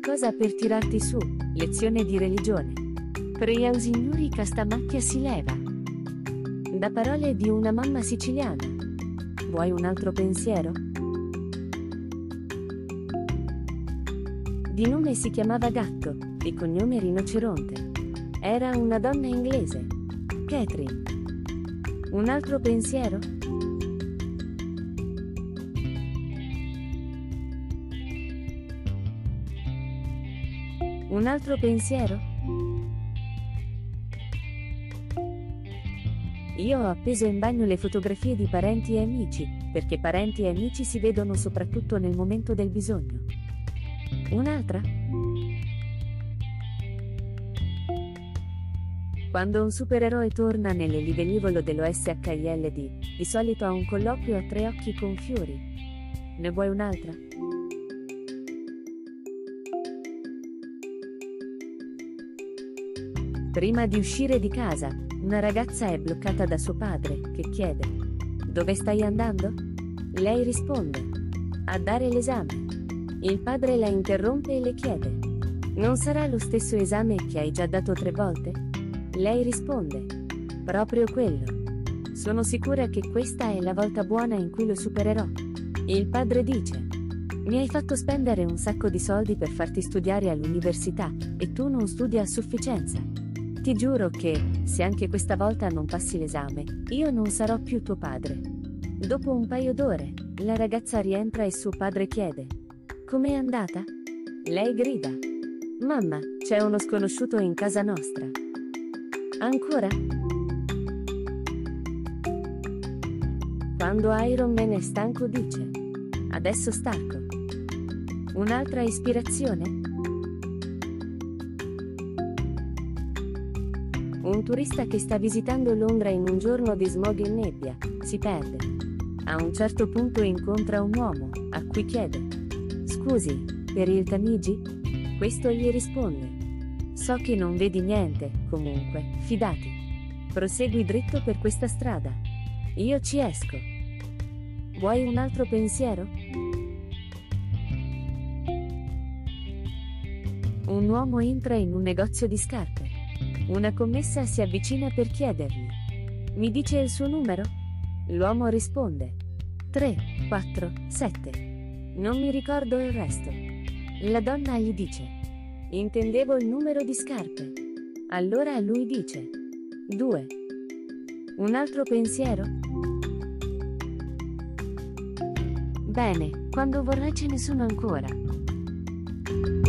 qualcosa per tirarti su, lezione di religione. Prea signori questa macchia si leva. Da parole di una mamma siciliana. Vuoi un altro pensiero? Di nome si chiamava Gatto, di cognome Rinoceronte. Era una donna inglese. Catherine. Un altro pensiero? Un altro pensiero? Io ho appeso in bagno le fotografie di parenti e amici, perché parenti e amici si vedono soprattutto nel momento del bisogno. Un'altra? Quando un supereroe torna nell'velivolo dello SHILD, di solito ha un colloquio a tre occhi con Fury. Ne vuoi un'altra? Prima di uscire di casa, una ragazza è bloccata da suo padre, che chiede: "Dove stai andando?" Lei risponde: "A dare l'esame." Il padre la interrompe e le chiede: "Non sarà lo stesso esame che hai già dato 3 volte?" Lei risponde: "Proprio quello. Sono sicura che questa è la volta buona in cui lo supererò." Il padre dice: "Mi hai fatto spendere un sacco di soldi per farti studiare all'università, e tu non studi a sufficienza. Ti giuro che, se anche questa volta non passi l'esame, io non sarò più tuo padre." Dopo un paio d'ore, la ragazza rientra e suo padre chiede: "Com'è andata?" Lei grida: "Mamma, c'è uno sconosciuto in casa nostra." Ancora? Quando Iron Man è stanco dice: "Adesso stacco." Un'altra ispirazione? Un turista che sta visitando Londra in un giorno di smog e nebbia, si perde. A un certo punto incontra un uomo, a cui chiede: "Scusi, per il Tamigi?" Questo gli risponde: "So che non vedi niente, comunque, fidati. Prosegui dritto per questa strada. Io ci esco." Vuoi un altro pensiero? Un uomo entra in un negozio di scarpe. Una commessa si avvicina per chiedergli: "Mi dice il suo numero?" L'uomo risponde: 3, 4, 7. Non mi ricordo il resto. La donna gli dice: "Intendevo il numero di scarpe." Allora lui dice: 2. Un altro pensiero? Bene, quando vorrai ce ne sono ancora.